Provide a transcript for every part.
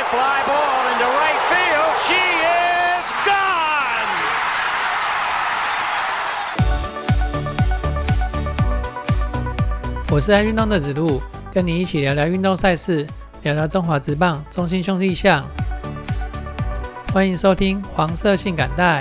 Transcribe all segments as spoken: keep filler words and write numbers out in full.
fly ball into right field. She is gone. 我是爱运动的子路，跟你一起聊聊运动赛事，聊聊中华职棒、中信兄弟象。欢迎收听黄色性感带。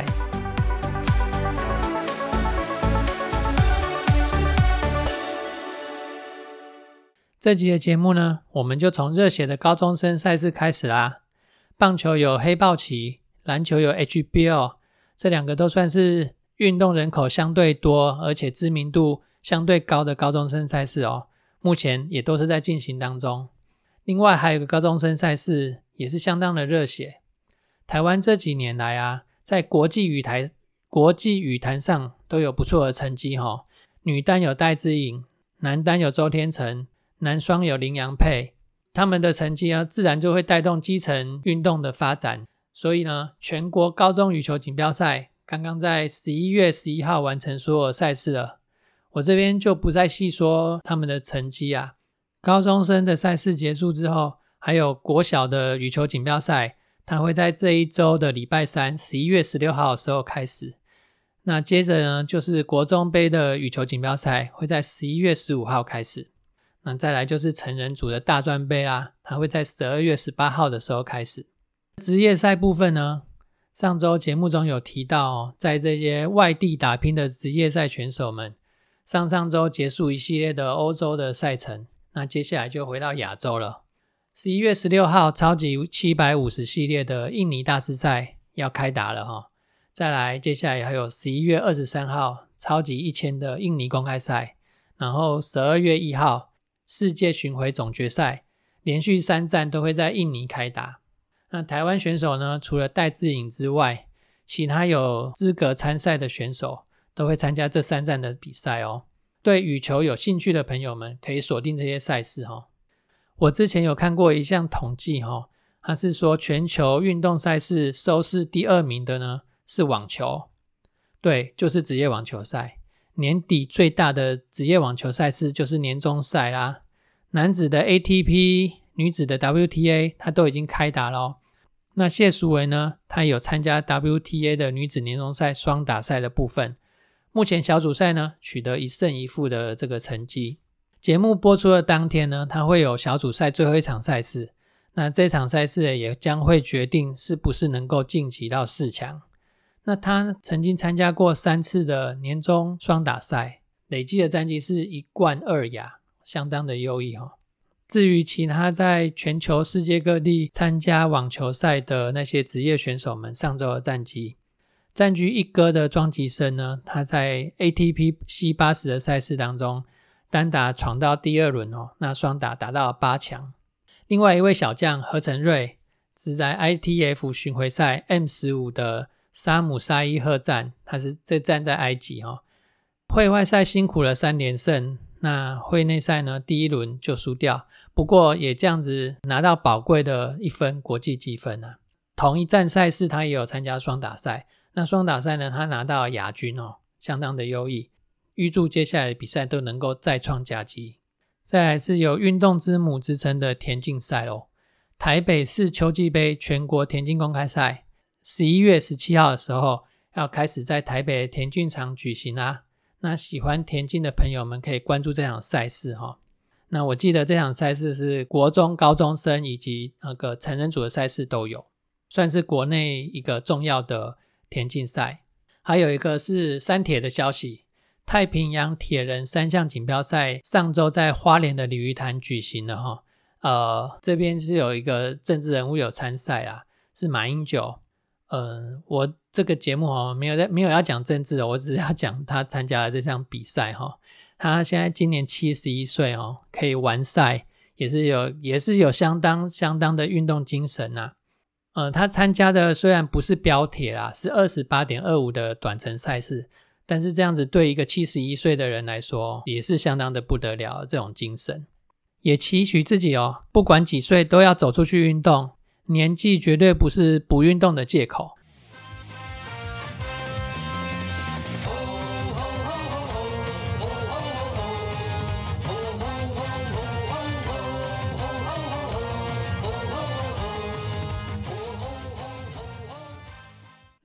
这集的节目呢，我们就从热血的高中生赛事开始啦。棒球有黑豹旗，篮球有 H B L， 这两个都算是运动人口相对多，而且知名度相对高的高中生赛事哦。目前也都是在进行当中。另外还有一个高中生赛事也是相当的热血。台湾这几年来啊，在国际羽坛国际羽坛上都有不错的成绩哦。女单有戴资颖，男单有周天成，男双有林洋配，他们的成绩呢，自然就会带动基层运动的发展。所以呢，全国高中羽球锦标赛刚刚在十一月十一号完成所有赛事了。我这边就不再细说他们的成绩啊。高中生的赛事结束之后，还有国小的羽球锦标赛，它会在这一周的礼拜三十一月十六号的时候开始。那接着呢，就是国中杯的羽球锦标赛会在十一月十五号开始。那再来就是成人组的大专杯啦，它会在十二月十八号的时候开始。职业赛部分呢，上周节目中有提到哦，在这些外地打拼的职业赛选手们，上上周结束一系列的欧洲的赛程，那接下来就回到亚洲了。十一月十六号超级七百五十系列的印尼大师赛要开打了哦。再来接下来还有十一月二十三号超级一千的印尼公开赛，然后十二月一号世界巡回总决赛，连续三站都会在印尼开打。那台湾选手呢，除了戴资颖之外，其他有资格参赛的选手都会参加这三站的比赛哦。对羽球有兴趣的朋友们可以锁定这些赛事哦。我之前有看过一项统计哦，它是说全球运动赛事收视第二名的呢是网球，对，就是职业网球赛。年底最大的职业网球赛事就是年终赛啦，男子的 A T P， 女子的 W T A 它都已经开打了哦。那谢淑薇呢，她有参加 W T A 的女子年终赛双打赛的部分，目前小组赛呢取得一胜一负的这个成绩。节目播出的当天呢，它会有小组赛最后一场赛事，那这场赛事也将会决定是不是能够晋级到四强。那他曾经参加过三次的年终双打赛，累计的战绩是一冠二亚，相当的优异哦。至于其他在全球世界各地参加网球赛的那些职业选手们上周的战绩，占据一哥的庄吉生呢，他在 A T P C 八十 的赛事当中单打闯到第二轮哦，那双打打到八强。另外一位小将何成瑞是在 I T F 巡回赛 M 十五 的沙姆沙伊赫站，他是这站在埃及哦。会外赛辛苦了三连胜，那会内赛呢第一轮就输掉，不过也这样子拿到宝贵的一分国际积分啊。同一站赛事他也有参加双打赛，那双打赛呢他拿到亚军哦，相当的优异，预祝接下来的比赛都能够再创佳绩。再来是有运动之母之称的田径赛咯，台北市秋季杯全国田径公开赛十一月十七号的时候要开始在台北的田径场举行啊。那喜欢田径的朋友们可以关注这场赛事哦。那我记得这场赛事是国中高中生以及那个成人组的赛事都有，算是国内一个重要的田径赛。还有一个是三铁的消息，太平洋铁人三项锦标赛上周在花莲的鲤鱼潭举行了齁。呃，这边是有一个政治人物有参赛啊，是马英九。呃，我这个节目齁没有在没有要讲政治的，我只是要讲他参加的这项比赛齁。他现在今年七十一岁齁，可以完赛，也是有也是有相当相当的运动精神啊。呃，他参加的虽然不是标铁啦，是 二十八点二五 的短程赛事，但是这样子对一个七十一岁的人来说也是相当的不得了的这种精神。也期许自己哦，不管几岁都要走出去运动，年纪绝对不是不运动的借口。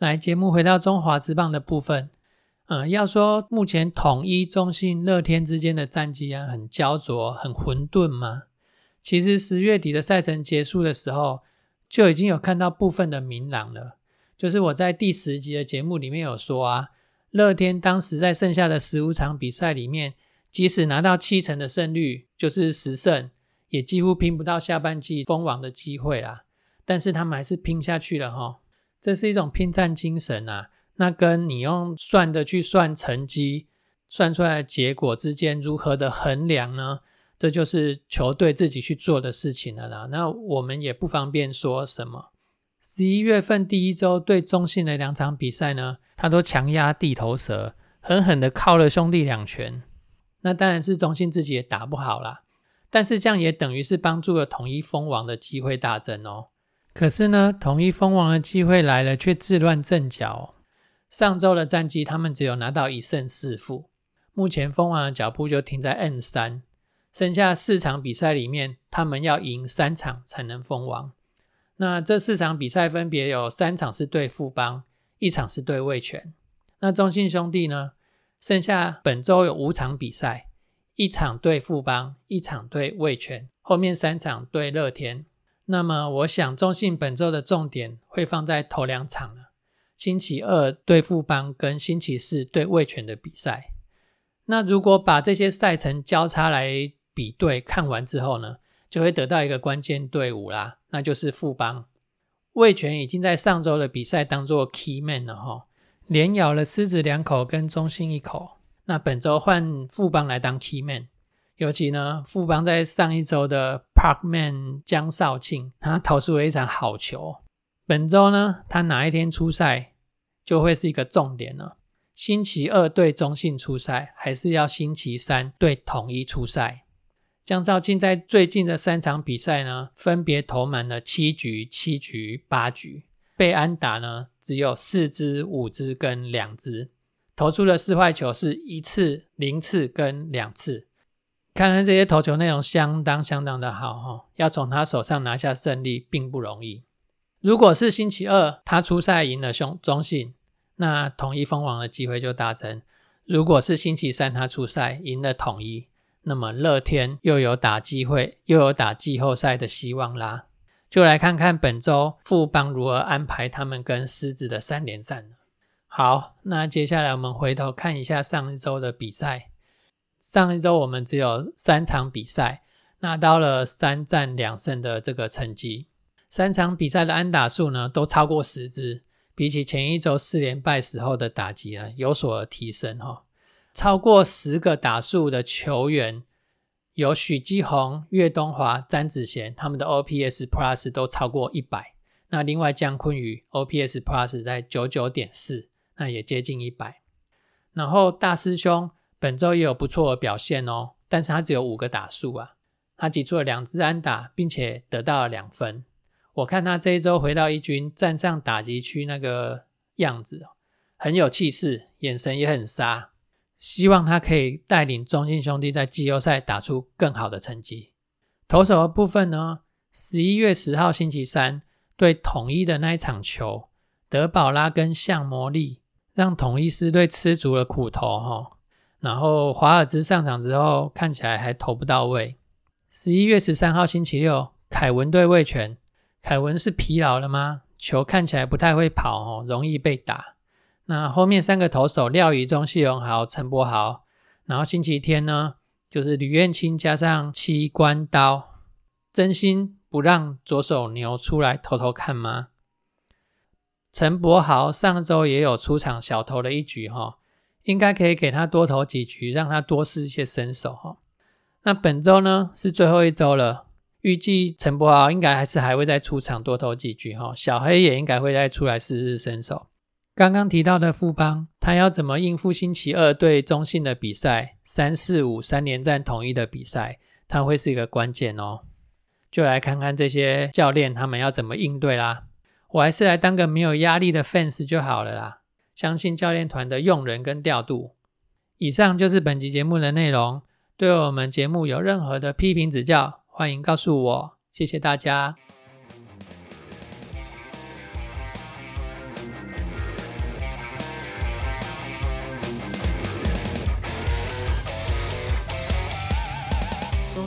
来，节目回到中华职棒的部分。嗯，要说目前统一、中信、乐天之间的战绩啊，很焦灼、很混沌嘛。其实十月底的赛程结束的时候，就已经有看到部分的明朗了。就是我在第十集的节目里面有说啊，乐天当时在剩下的十五场比赛里面，即使拿到七成的胜率，就是十胜，也几乎拼不到下半季封王的机会啦。但是他们还是拼下去了齁，这是一种拼战精神啊。那跟你用算的去算成绩，算出来的结果之间如何的衡量呢？这就是球队自己去做的事情了啦。那我们也不方便说什么。十一月份第一周对中信的两场比赛呢，他都强压地头蛇，狠狠的靠了兄弟两拳。那当然是中信自己也打不好啦，但是这样也等于是帮助了统一封王的机会大增哦。可是呢，统一封王的机会来了，却自乱阵脚。上周的战绩他们只有拿到一胜四负，目前封王的脚步就停在 N 三， 剩下四场比赛里面他们要赢三场才能封王。那这四场比赛分别有三场是对富邦，一场是对味全。那中信兄弟呢，剩下本周有五场比赛，一场对富邦，一场对味全，后面三场对乐天。那么我想中信本周的重点会放在头两场了，星期二对富邦跟星期四对味全的比赛。那如果把这些赛程交叉来比对看完之后呢，就会得到一个关键队伍啦，那就是富邦。味全已经在上周的比赛当作 key man 了齁，连咬了狮子两口跟中信一口。那本周换富邦来当 key man， 尤其呢富邦在上一周的 Parkman 江少庆，他投出了一场好球。本周呢他哪一天出赛就会是一个重点了。星期二对中信出赛，还是要星期三对统一出赛。江少庆在最近的三场比赛呢，分别投满了七局、七局、八局，被安打呢只有四支、五支跟两支，投出的四坏球是一次、零次跟两次。看看这些投球内容相当相当的好齁，要从他手上拿下胜利并不容易。如果是星期二他出赛赢了中信，那统一封王的机会就大增。如果是星期三他出赛赢了统一，那么乐天又有打机会，又有打季后赛的希望啦。就来看看本周富邦如何安排他们跟狮子的三连战了。好，那接下来我们回头看一下上一周的比赛。上一周我们只有三场比赛，拿到了三战两胜的这个成绩。三场比赛的安打数呢都超过十支，比起前一周四连败时候的打击呢有所提升齁。超过十个打数的球员有许基宏、岳东华、詹子贤，他们的 O P S Plus 都超过一百。那另外江坤宇 O P S Plus 在 九十九点四， 那也接近一百。然后大师兄本周也有不错的表现哦，但是他只有五个打数啊，他击出了两支安打，并且得到了两分。我看他这一周回到一军站上打击区那个样子很有气势，眼神也很杀。希望他可以带领中信兄弟在季后赛打出更好的成绩。投手的部分呢，十一月十号星期三对统一的那一场球，德保拉跟向魔力让统一狮队吃足了苦头齁。然后华尔兹上场之后看起来还投不到位。十一月十三号星期六凯文对味全，凯文是疲劳了吗？球看起来不太会跑齁，容易被打。那后面三个投手廖以中、谢荣豪、陈柏豪，然后星期天呢就是吕彦青加上七关刀，真心不让左手牛出来投投看吗？陈柏豪上周也有出场小投了一局齁，应该可以给他多投几局，让他多试一些身手齁。那本周呢是最后一周了，预计陈柏豪应该还是还会再出场多投几局齁，小黑也应该会再出来试试身手。刚刚提到的富邦，他要怎么应付星期二对中信的比赛，三四五三连战统一的比赛，他会是一个关键哦。就来看看这些教练他们要怎么应对啦。我还是来当个没有压力的 fans 就好了啦，相信教练团的用人跟调度。以上就是本集节目的内容，对我们节目有任何的批评指教，欢迎告诉我，谢谢大家。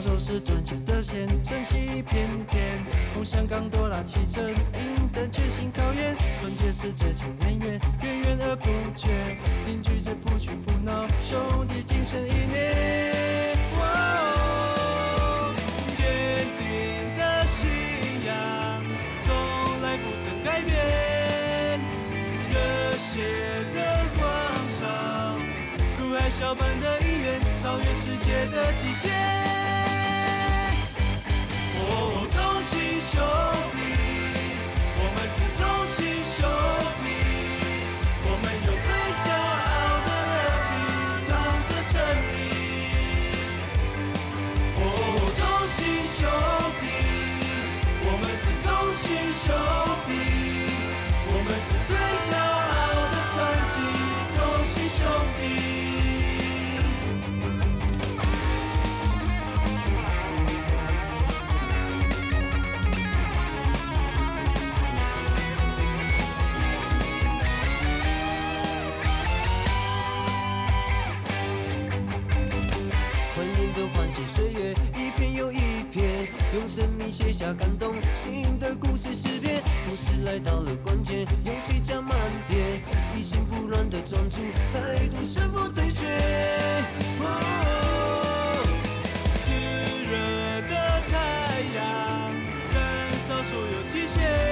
手是专制的线，正气翩翩。梦想刚多拉启程，迎战全新考验。团结是最强能源，源源而不绝。凝聚着不屈不挠，兄弟精神一念。坚定的信仰，从来不曾改变。热血的广场，如海啸般的意愿，超越世界的极限。哦，同心兄弟，我们是同心兄弟，我们有最骄傲的热情，唱着胜利。哦，同心兄弟，我们是同心兄弟，我们是最骄傲的传奇，同心兄弟。欢庆岁月，一片又一片，用生命写下感动新的故事诗篇。故事来到了关键，勇气加满点，一心不乱的专注，态度胜负对决。哦，炙热的太阳，燃烧所有极限。